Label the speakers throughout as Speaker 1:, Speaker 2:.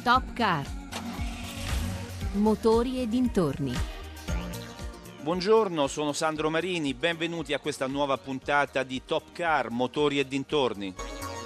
Speaker 1: Top Car. Motori e dintorni.
Speaker 2: Buongiorno, sono Sandro Marini, benvenuti a questa nuova puntata di Top Car, Motori e dintorni.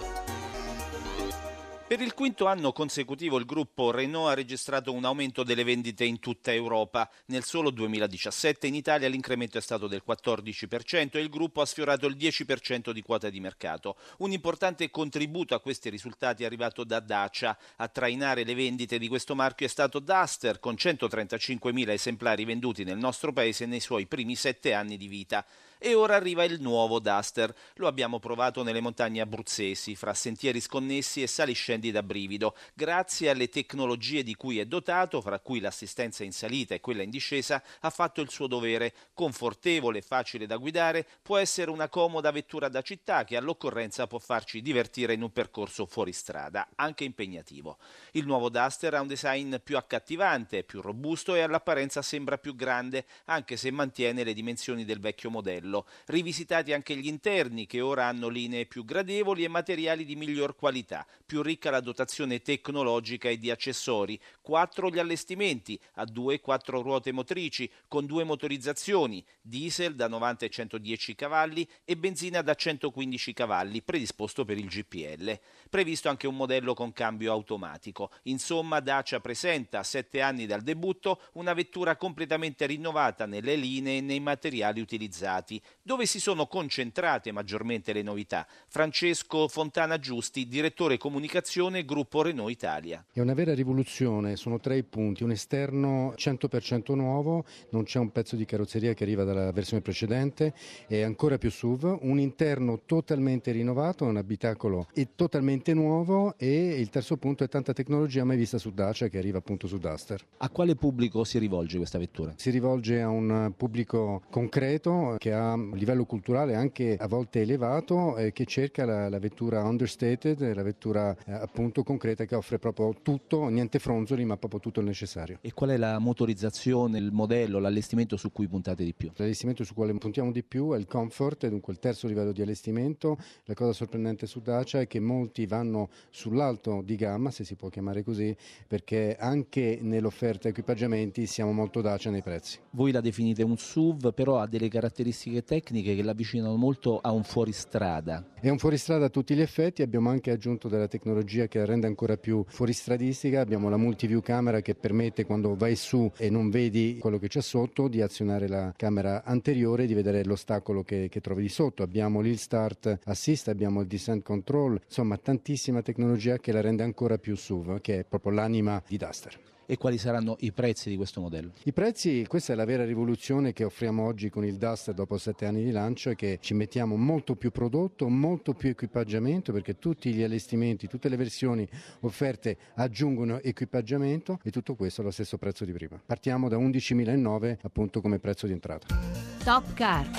Speaker 2: Per il quinto anno consecutivo il gruppo Renault ha registrato un aumento delle vendite in tutta Europa. Nel solo 2017 in Italia l'incremento è stato del 14% e il gruppo ha sfiorato il 10% di quota di mercato. Un importante contributo a questi risultati è arrivato da Dacia. A trainare le vendite di questo marchio è stato Duster, con 135.000 esemplari venduti nel nostro paese nei suoi primi 7 anni di vita. E ora arriva il nuovo Duster. Lo abbiamo provato nelle montagne abruzzesi, fra sentieri sconnessi e saliscendi da brivido. Grazie alle tecnologie di cui è dotato, fra cui l'assistenza in salita e quella in discesa, ha fatto il suo dovere. Confortevole e facile da guidare, può essere una comoda vettura da città che all'occorrenza può farci divertire in un percorso fuoristrada, anche impegnativo. Il nuovo Duster ha un design più accattivante, più robusto e all'apparenza sembra più grande, anche se mantiene le dimensioni del vecchio modello. Rivisitati anche gli interni, che ora hanno linee più gradevoli e materiali di miglior qualità, più ricca la dotazione tecnologica e di accessori, 4 gli allestimenti, a 2 e 4 ruote motrici, con 2 motorizzazioni, diesel da 90 e 110 cavalli e benzina da 115 cavalli, predisposto per il GPL. Previsto anche un modello con cambio automatico. Insomma, Dacia presenta, a 7 anni dal debutto, una vettura completamente rinnovata nelle linee e nei materiali utilizzati, dove si sono concentrate maggiormente le novità. Francesco Fontana Giusti, direttore comunicazione Gruppo Renault Italia.
Speaker 3: È una vera rivoluzione, sono 3 i punti: un esterno 100% nuovo, non c'è un pezzo di carrozzeria che arriva dalla versione precedente, è ancora più SUV, un interno totalmente rinnovato, un abitacolo è totalmente nuovo e il terzo punto è tanta tecnologia mai vista su Dacia, che arriva appunto su Duster.
Speaker 4: A quale pubblico si rivolge questa vettura?
Speaker 3: Si rivolge a un pubblico concreto che ha un livello culturale anche a volte elevato, che cerca la vettura understated, la vettura appunto concreta, che offre proprio tutto, niente fronzoli, ma proprio tutto il necessario.
Speaker 4: E qual è la motorizzazione, il modello, l'allestimento su cui puntate di più?
Speaker 3: L'allestimento su quale puntiamo di più è il comfort, dunque il terzo livello di allestimento. La cosa sorprendente su Dacia è che molti vanno sull'alto di gamma, se si può chiamare così, perché anche nell'offerta equipaggiamenti siamo molto Dacia nei prezzi.
Speaker 4: Voi la definite un SUV, però ha delle caratteristiche tecniche che l'avvicinano molto a un fuoristrada.
Speaker 3: È un fuoristrada a tutti gli effetti, abbiamo anche aggiunto della tecnologia che la rende ancora più fuoristradistica. Abbiamo la multiview camera che permette, quando vai su e non vedi quello che c'è sotto, di azionare la camera anteriore e di vedere l'ostacolo che trovi di sotto. Abbiamo l'Hill Start Assist, abbiamo il Descent Control, insomma tantissima tecnologia che la rende ancora più SUV, che è proprio l'anima di Duster.
Speaker 4: E quali saranno i prezzi di questo modello?
Speaker 3: I prezzi, questa è la vera rivoluzione che offriamo oggi con il Duster dopo 7 anni di lancio, è che ci mettiamo molto più prodotto, molto più equipaggiamento, perché tutti gli allestimenti, tutte le versioni offerte aggiungono equipaggiamento, e tutto questo allo stesso prezzo di prima. Partiamo da 11.900 appunto come prezzo di entrata.
Speaker 1: Top Car.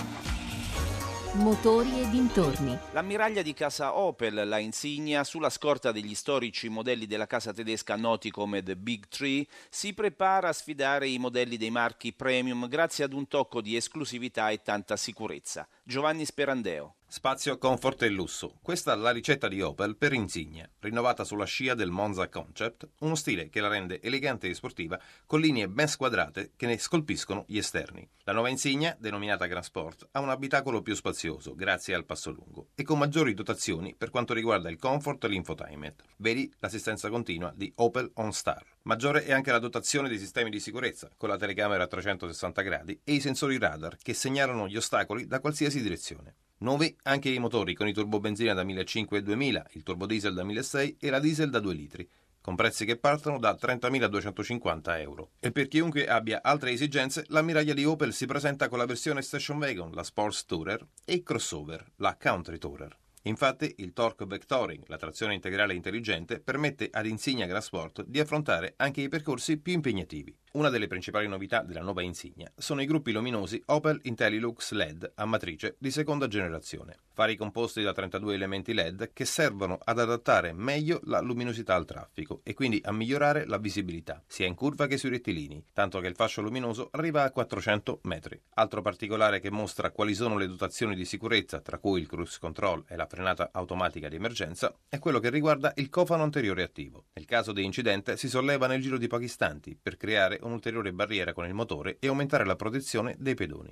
Speaker 1: Motori e dintorni.
Speaker 2: L'ammiraglia di casa Opel, la Insignia, sulla scorta degli storici modelli della casa tedesca noti come The Big Three, si prepara a sfidare i modelli dei marchi premium grazie ad un tocco di esclusività e tanta sicurezza. Giovanni Sperandeo.
Speaker 5: Spazio, comfort e lusso. Questa è la ricetta di Opel per Insignia, rinnovata sulla scia del Monza Concept, uno stile che la rende elegante e sportiva, con linee ben squadrate che ne scolpiscono gli esterni. La nuova Insignia, denominata Grand Sport, ha un abitacolo più spazioso, grazie al passo lungo, e con maggiori dotazioni per quanto riguarda il comfort e l'infotainment. Vedi l'assistenza continua di Opel OnStar. Maggiore è anche la dotazione dei sistemi di sicurezza, con la telecamera a 360 gradi e i sensori radar che segnalano gli ostacoli da qualsiasi direzione. Nuovi anche i motori con i turbobenzina da 1.500 e 2.000, il turbodiesel da 1.600 e la diesel da 2 litri, con prezzi che partono da 30.250 euro. E per chiunque abbia altre esigenze, l'ammiraglia di Opel si presenta con la versione Station Wagon, la Sports Tourer, e il crossover, la Country Tourer. Infatti, il Torque Vectoring, la trazione integrale intelligente, permette ad Insignia Grand Sport di affrontare anche i percorsi più impegnativi. Una delle principali novità della nuova Insignia sono i gruppi luminosi Opel IntelliLux LED a matrice di seconda generazione, fari composti da 32 elementi LED che servono ad adattare meglio la luminosità al traffico e quindi a migliorare la visibilità, sia in curva che sui rettilinei, tanto che il fascio luminoso arriva a 400 metri. Altro particolare che mostra quali sono le dotazioni di sicurezza, tra cui il cruise control e la frenata automatica di emergenza, è quello che riguarda il cofano anteriore attivo. Nel caso di incidente si solleva nel giro di pochi istanti per creare un'ulteriore barriera con il motore e aumentare la protezione dei pedoni.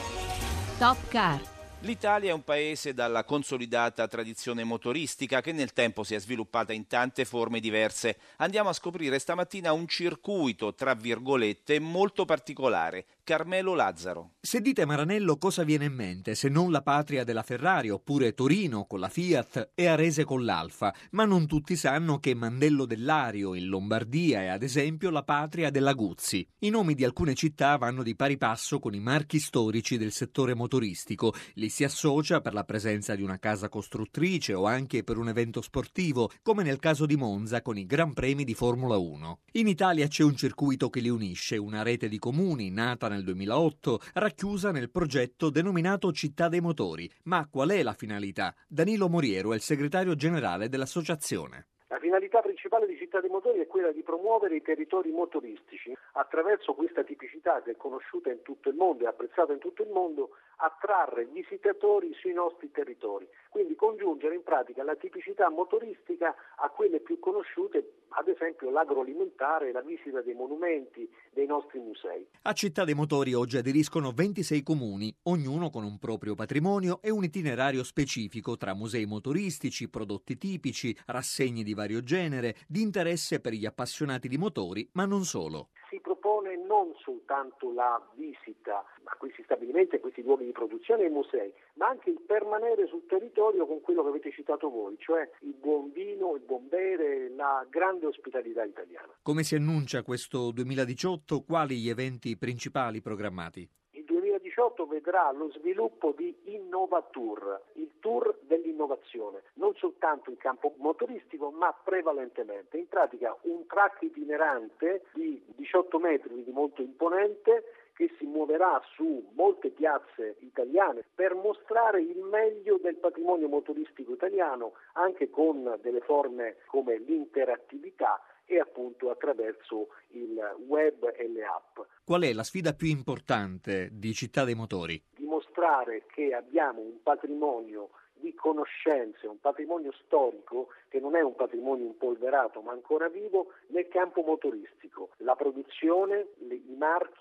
Speaker 1: Top Car.
Speaker 2: L'Italia è un paese dalla consolidata tradizione motoristica che nel tempo si è sviluppata in tante forme diverse. Andiamo a scoprire stamattina un circuito, tra virgolette, molto particolare. Carmelo Lazzaro.
Speaker 6: Se dite Maranello cosa viene in mente se non la patria della Ferrari, oppure Torino con la Fiat e Arese con l'Alfa, ma non tutti sanno che Mandello del Lario in Lombardia è ad esempio la patria della Guzzi. I nomi di alcune città vanno di pari passo con i marchi storici del settore motoristico, li si associa per la presenza di una casa costruttrice o anche per un evento sportivo, come nel caso di Monza con i Gran Premi di Formula 1. In Italia c'è un circuito che li unisce, una rete di comuni nata nel 2008, racchiusa nel progetto denominato Città dei Motori. Ma qual è la finalità? Danilo Moriero è il segretario generale dell'associazione.
Speaker 7: La finalità principale di Città dei Motori è quella di promuovere i territori motoristici attraverso questa tipicità che è conosciuta in tutto il mondo e apprezzata in tutto il mondo, attrarre visitatori sui nostri territori, quindi congiungere in pratica la tipicità motoristica a quelle più conosciute, ad esempio l'agroalimentare, la visita dei monumenti, dei nostri musei.
Speaker 6: A Città dei Motori oggi aderiscono 26 comuni, ognuno con un proprio patrimonio e un itinerario specifico tra musei motoristici, prodotti tipici, rassegne di vario genere, di interesse per gli appassionati di motori, ma non solo.
Speaker 7: Si propone non soltanto la visita a questi stabilimenti, a questi luoghi di produzione e ai musei, ma anche il permanere sul territorio con quello che avete citato voi, cioè il buon vino, il buon bere, la grande ospitalità italiana.
Speaker 6: Come si annuncia questo 2018? Quali gli eventi principali programmati?
Speaker 7: Il 2018 vedrà lo sviluppo di Innovatour, il tour dell'innovazione, non soltanto in campo motoristico ma prevalentemente. In pratica un track itinerante di 18 metri, di molto imponente, che si muoverà su molte piazze italiane per mostrare il meglio del patrimonio motoristico italiano, anche con delle forme come l'interattività e appunto attraverso il web e le app.
Speaker 6: Qual è la sfida più importante di Città dei Motori?
Speaker 7: Dimostrare che abbiamo un patrimonio di conoscenze, un patrimonio storico che non è un patrimonio impolverato ma ancora vivo nel campo motoristico. La produzione, i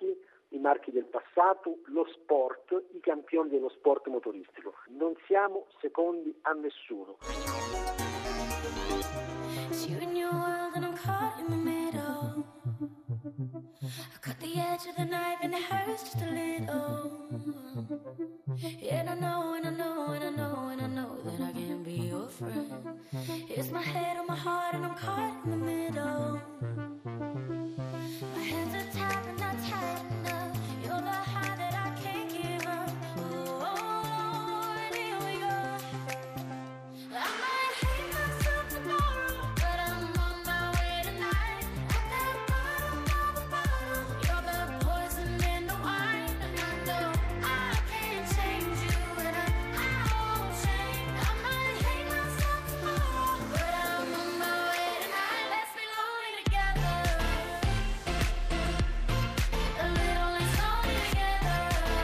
Speaker 7: marchi del passato, lo sport, i campioni dello sport motoristico. Non siamo secondi a nessuno.
Speaker 8: It's my head on my heart and I'm caught in the middle. My hands are tied but not tight enough. You're the high that I can't give up. Oh, and here we go. I might hate myself tomorrow, but I'm on my way tonight. At that bottom of the bottle, you're the poison in the wine. And I know I can't change you, and I won't change. I might hate myself tomorrow, but I'm on my way tonight. Let's be lonely together, a little less lonely together.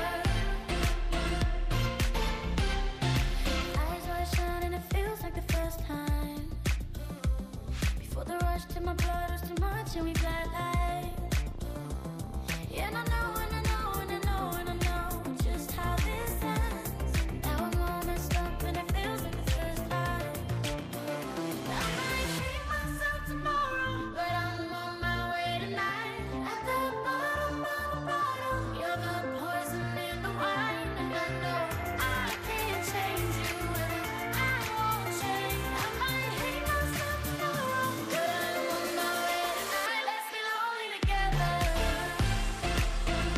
Speaker 8: Eyes wide shut and it feels like the first time. Before the rush to my blood was too much and we flat like. Yeah, and I know, and I know, and I know, and I know just how this ends. Now I'm all messed up and it feels like the first time. I might hate myself tomorrow, but I'm on my way tonight. At the bottom of the bottle, you're the poison in the wine. And I know I can't change you, and I won't change. I might hate myself tomorrow, but I'm on my way tonight. Let's be lonely together.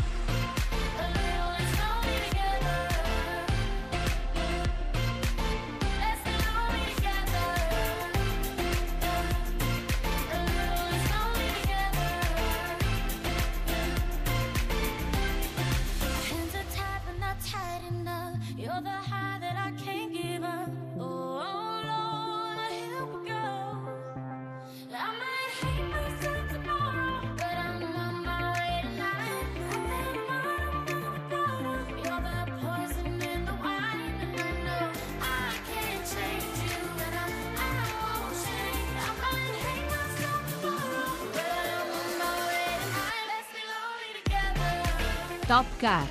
Speaker 1: Top Car.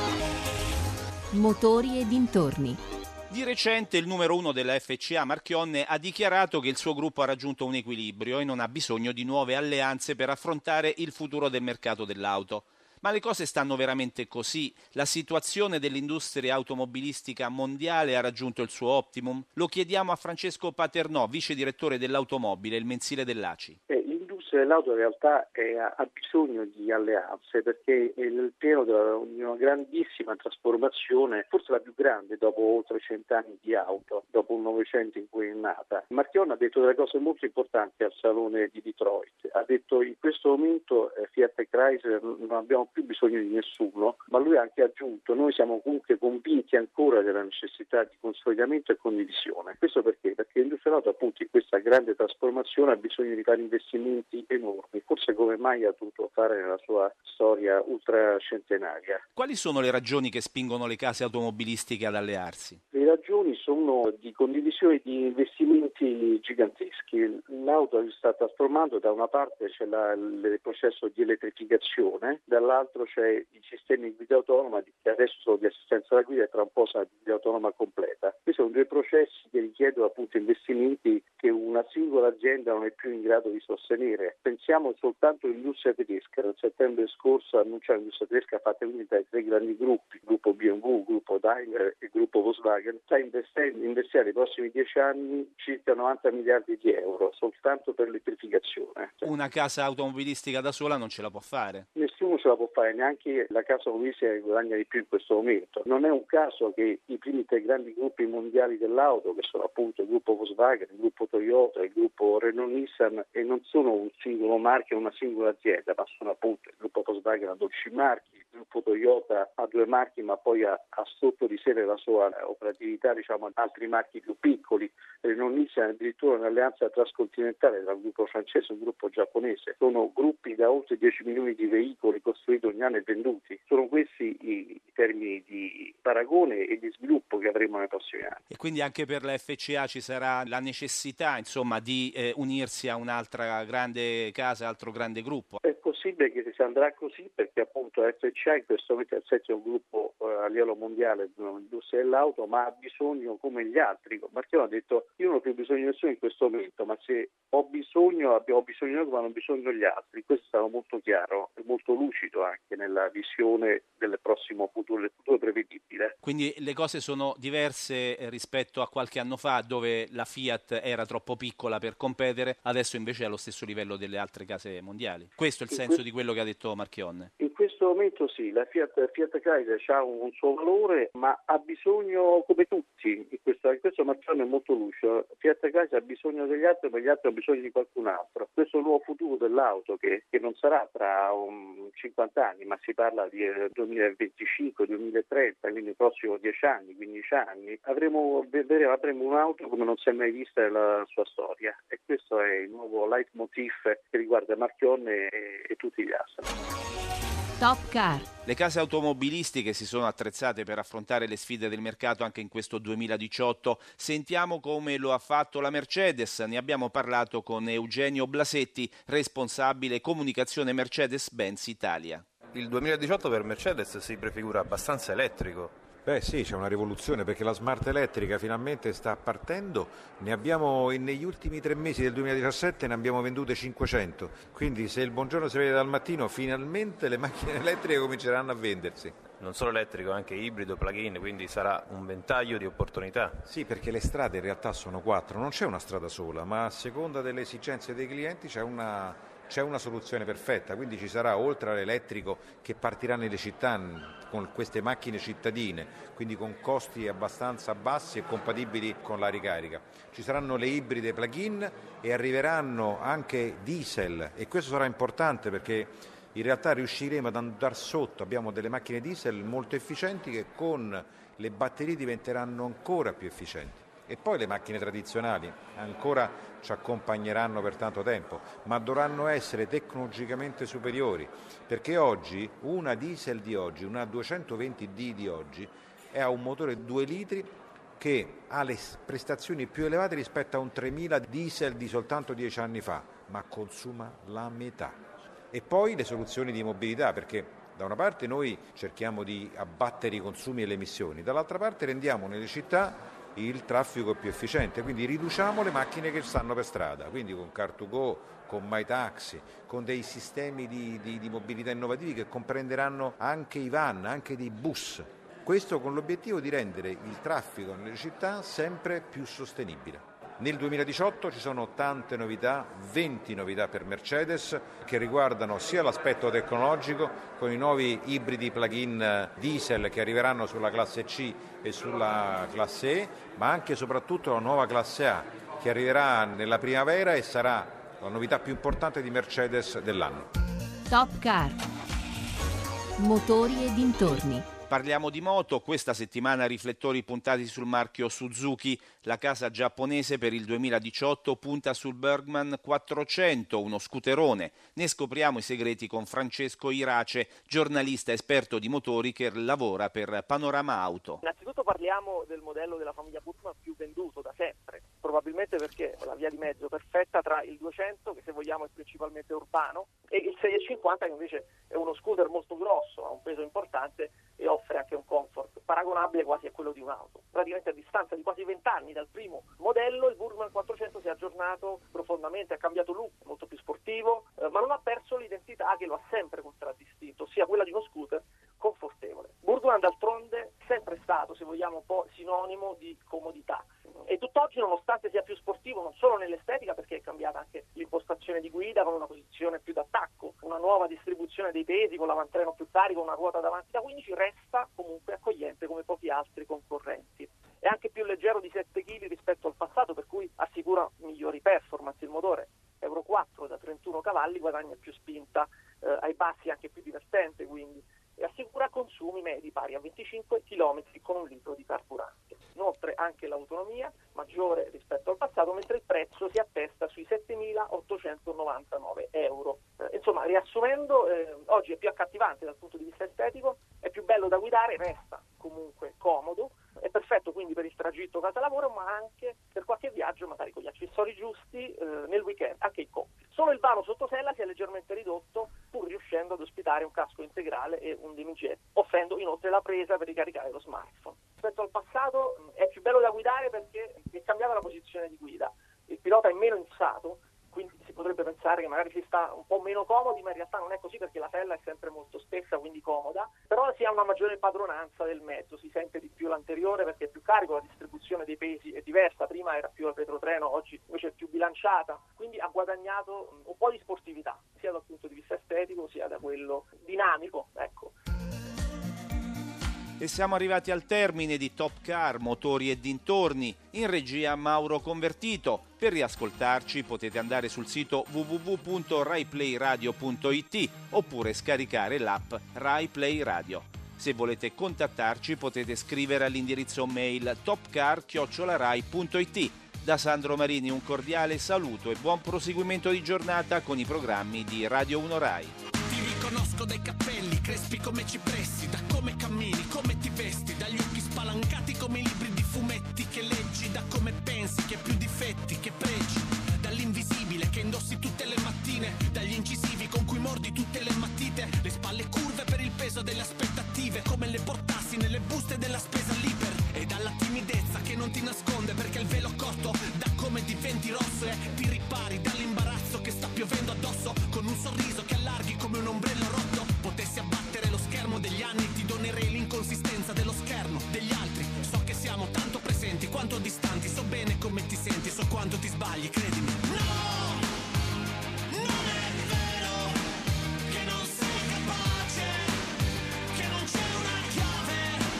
Speaker 1: Motori e dintorni.
Speaker 2: Di recente il numero 1 della FCA, Marchionne, ha dichiarato che il suo gruppo ha raggiunto un equilibrio e non ha bisogno di nuove alleanze per affrontare il futuro del mercato dell'auto. Ma le cose stanno veramente così? La situazione dell'industria automobilistica mondiale ha raggiunto il suo optimum? Lo chiediamo a Francesco Paternò, vice direttore dell'automobile, il mensile dell'ACI.
Speaker 7: L'industria dell'auto in realtà ha bisogno di alleanze perché è nel pieno di una grandissima trasformazione, forse la più grande dopo oltre 100 anni di auto, dopo un Novecento in cui è nata. Marchionne ha detto delle cose molto importanti al Salone di Detroit. Ha detto in questo momento Fiat e Chrysler non abbiamo più bisogno di nessuno, ma lui ha anche aggiunto noi siamo comunque convinti ancora della necessità di consolidamento e condivisione. Questo perché? Perché l'industria dell'auto appunto in questa grande trasformazione ha bisogno di fare investimenti enormi, forse come mai ha dovuto fare nella sua storia ultracentenaria.
Speaker 2: Quali sono le ragioni che spingono le case automobilistiche ad allearsi?
Speaker 7: Le ragioni sono di condivisione di investimenti giganteschi. L'auto si sta trasformando, da una parte c'è il processo di elettrificazione, dall'altro c'è i sistemi di guida autonoma che adesso sono di assistenza alla guida e tra un po' sarà di guida autonoma completa. Questi sono due processi che richiedono appunto investimenti che una singola azienda non è più in grado di sostenere. Pensiamo soltanto all'industria tedesca. Nel settembre scorso ha annunciato l'industria tedesca fatta quindi dai tre grandi gruppi, il gruppo BMW, il gruppo Daimler e il gruppo Volkswagen, sta investendo nei prossimi 10 anni circa 90 miliardi di euro soltanto per l'elettrificazione.
Speaker 2: Una casa automobilistica da sola non ce la può fare?
Speaker 7: Nessuno ce la può fare, neanche la casa automobilistica che guadagna di più in questo momento. Non è un caso che i primi tre grandi gruppi mondiali dell'auto, che sono appunto il gruppo Volkswagen, il gruppo Toyota, il gruppo Renault-Nissan, e non sono un singolo marchio, una singola azienda, ma sono appunto il gruppo Volkswagen ha 12 marchi, il gruppo Toyota ha 2 marchi, ma poi ha sotto di sé la sua operatività, diciamo, altri marchi più piccoli. Renault-Nissan addirittura un'alleanza trascontinentale tra un gruppo francese e un gruppo giapponese. Sono gruppi da oltre 10 milioni di veicoli costruiti ogni anno e venduti. Sono questi i termini di paragone e di sviluppo che avremo nei prossimi anni.
Speaker 2: E quindi anche per la FCA ci sarà la necessità, insomma, di unirsi a un'altra grande casa, altro grande gruppo?
Speaker 7: È possibile che si andrà così perché appunto la FCA in questo momento è il settimo gruppo a livello mondiale dell'industria dell'auto, ma ha bisogno come gli altri. Marchionne ha detto io non ho più bisogno di nessuno in questo momento, ma se abbiamo bisogno noi, ma non bisogno gli altri. Questo è stato molto chiaro e molto lucido anche nella visione del prossimo futuro, del futuro prevedibile.
Speaker 2: Quindi le cose sono diverse rispetto a qualche anno fa, dove la Fiat era troppo piccola per competere, adesso invece è allo stesso livello delle altre case mondiali. Questo è il senso di quello che ha detto Marchionne.
Speaker 7: In questo momento sì, la Fiat Chrysler ha un suo valore, ma ha bisogno come tutti. In questo Marchionne è molto lucido. Fiat Chrysler ha bisogno degli altri, ma gli altri hanno bisogno di qualcun altro. Questo è il nuovo futuro dell'auto che non sarà tra 50 anni, ma si parla di 2025-2030, quindi i prossimi 10 anni, 15 anni. Avremo un'auto come non si è mai vista nella sua storia, e questo è il nuovo leitmotiv che riguarda Marchionne e tutti gli altri.
Speaker 1: Top Car.
Speaker 2: Le case automobilistiche si sono attrezzate per affrontare le sfide del mercato anche in questo 2018. Sentiamo come lo ha fatto la Mercedes. Ne abbiamo parlato con Eugenio Blasetti, responsabile comunicazione Mercedes-Benz Italia.
Speaker 5: Il 2018 per Mercedes si prefigura abbastanza elettrico.
Speaker 9: Beh sì, c'è una rivoluzione perché la smart elettrica finalmente sta partendo, ne abbiamo negli ultimi 3 mesi del 2017 ne abbiamo vendute 500, quindi se il buongiorno si vede dal mattino finalmente le macchine elettriche cominceranno a vendersi.
Speaker 5: Non solo elettrico, anche ibrido, plug-in, quindi sarà un ventaglio di opportunità.
Speaker 9: Sì, perché le strade in realtà sono 4, non c'è una strada sola, ma a seconda delle esigenze dei clienti c'è una soluzione perfetta, quindi ci sarà oltre all'elettrico che partirà nelle città con queste macchine cittadine, quindi con costi abbastanza bassi e compatibili con la ricarica. Ci saranno le ibride plug-in e arriveranno anche diesel, e questo sarà importante perché in realtà riusciremo ad andare sotto, abbiamo delle macchine diesel molto efficienti che con le batterie diventeranno ancora più efficienti. E poi le macchine tradizionali ancora ci accompagneranno per tanto tempo, ma dovranno essere tecnologicamente superiori, perché oggi una diesel di oggi, una 220D di oggi, ha un motore 2 litri che ha le prestazioni più elevate rispetto a un 3000 diesel di soltanto 10 anni fa, ma consuma la metà. E poi le soluzioni di mobilità, perché Da una parte noi cerchiamo di abbattere i consumi e le emissioni, dall'altra parte rendiamo nelle città il traffico più efficiente, quindi riduciamo le macchine che stanno per strada, quindi con Car2Go, con MyTaxi, con dei sistemi di mobilità innovativi che comprenderanno anche i van, anche dei bus. Questo con l'obiettivo di rendere il traffico nelle città sempre più sostenibile. Nel 2018 ci sono tante novità, 20 novità per Mercedes che riguardano sia l'aspetto tecnologico con i nuovi ibridi plug-in diesel che arriveranno sulla classe C e sulla classe E, ma anche e soprattutto la nuova classe A che arriverà nella primavera e sarà la novità più importante di Mercedes dell'anno.
Speaker 1: Top Car. Motori e dintorni.
Speaker 2: Parliamo di moto, questa settimana riflettori puntati sul marchio Suzuki. La casa giapponese per il 2018 punta sul Bergman 400, uno scooterone. Ne scopriamo i segreti con Francesco Irace, giornalista esperto di motori che lavora per Panorama Auto.
Speaker 10: Innanzitutto parliamo del modello della famiglia Burgman più venduto da sempre, probabilmente perché è la via di mezzo perfetta tra il 200, che se vogliamo è principalmente urbano, e il 650 che invece è uno scooter molto grosso, ha un peso importante e offre anche un comfort paragonabile quasi a quello di un'auto. Praticamente a distanza di quasi 20 anni dal primo modello, il Burgman 400 si è aggiornato profondamente, ha cambiato look, molto più sportivo, ma non ha perso l'identità che lo ha sempre contraddistinto, ossia quella di uno scooter confortevole. Burgman d'altronde è sempre stato, se vogliamo, un po' sinonimo di comodità. E tutt'oggi, nonostante sia più sportivo non solo nell'estetica, perché è cambiata anche l'impostazione di guida con una posizione più d'attacco, una nuova distribuzione dei pesi con l'avantreno più carico, una ruota davanti da 15, resta comunque accogliente come pochi altri concorrenti. È anche più leggero di 7 kg rispetto al passato, per cui assicura migliori performance. Il motore Euro 4 da 31 cavalli guadagna più spinta, ai passi anche più divertente, quindi, e assicura consumi medi pari a 25 km con 1 litro di carburante. Inoltre anche l'autonomia maggiore rispetto al passato, mentre il prezzo si attesta sui 7.899 euro. Insomma, riassumendo, oggi è più accattivante dal punto di vista estetico, è più bello da guidare, resta comunque comodo, è perfetto quindi per il tragitto casa-lavoro, ma anche per qualche viaggio, magari con gli accessori giusti, nel weekend, anche in coppia. Solo il vano sottosella si è leggermente ridotto, pur riuscendo ad ospitare un casco integrale e un demijet, offrendo inoltre la presa per ricaricare lo smartphone. Rispetto al passato è più bello da guidare perché è cambiata la posizione di guida, il pilota è meno insato, quindi si potrebbe pensare che magari si sta un po' meno comodi, ma in realtà non è così perché la sella è sempre molto spessa, quindi comoda, però si ha una maggiore padronanza del mezzo, si sente di più l'anteriore perché è più carico, la distribuzione dei pesi è diversa, prima era più al retrotreno, oggi invece è più bilanciata, quindi ha guadagnato un po' di sportività, sia dal punto di vista estetico sia da quello dinamico, ecco.
Speaker 2: E siamo arrivati al termine di Top Car, motori e dintorni, in regia Mauro Convertito. Per riascoltarci potete andare sul sito www.raiplayradio.it oppure scaricare l'app Rai Play Radio. Se volete contattarci potete scrivere all'indirizzo mail topcar@rai.it. Da Sandro Marini un cordiale saluto e buon proseguimento di giornata con i programmi di Radio 1 Rai.
Speaker 11: Conosco dai capelli crespi come cipressi, da come cammini, come ti vesti, dagli occhi spalancati come i libri di fumetti che leggi, da come pensi che più difetti che pregi, dall'invisibile che indossi tutte le mattine, dagli incisivi con cui mordi tutte le matite, le spalle curve per il peso delle aspettative, come le portassi nelle buste della spesa libera, e dalla timidezza che non ti nasconde perché il velo corto da come diventi rosso e ti ripari dall'imbarazzo che sta piovendo addosso, con un sorriso che allarghi come un ombrello rotto. Potessi abbattere lo schermo degli anni, ti donerei l'inconsistenza dello schermo degli altri. So che siamo tanto presenti quanto distanti, so bene come ti senti, so quanto ti sbagli, credimi. No, non è vero che non sei capace, che non c'è una chiave.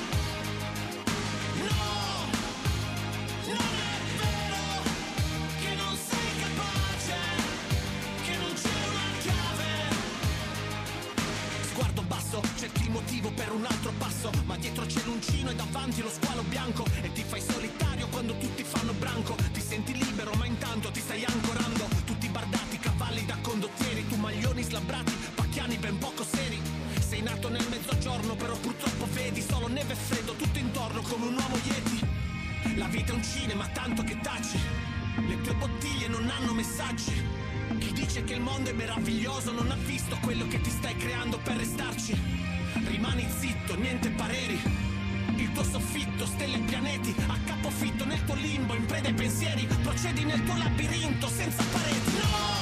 Speaker 11: No, non è vero che non sei capace, che non c'è una chiave. Sguardo basso, cerchi il motivo per un altro passo, ma dietro c'è l'uncino e davanti lo squalo bianco, e ti fai solitario quando tutti fanno branco. Ti senti libero ma intanto ti stai ancorando, tutti bardati, cavalli da condottieri, tu maglioni slabbrati, pacchiani ben poco seri. Sei nato nel mezzogiorno però purtroppo vedi solo neve e freddo tutto intorno come un uomo Yeti. La vita è un cinema tanto che taci, le tue bottiglie non hanno messaggi. Chi dice che il mondo è meraviglioso non ha visto quello che ti stai creando per restarci. niente pareri. Il tuo soffitto, stelle e pianeti, a capofitto nel tuo limbo, in preda ai pensieri, procedi nel tuo labirinto senza pareti. No!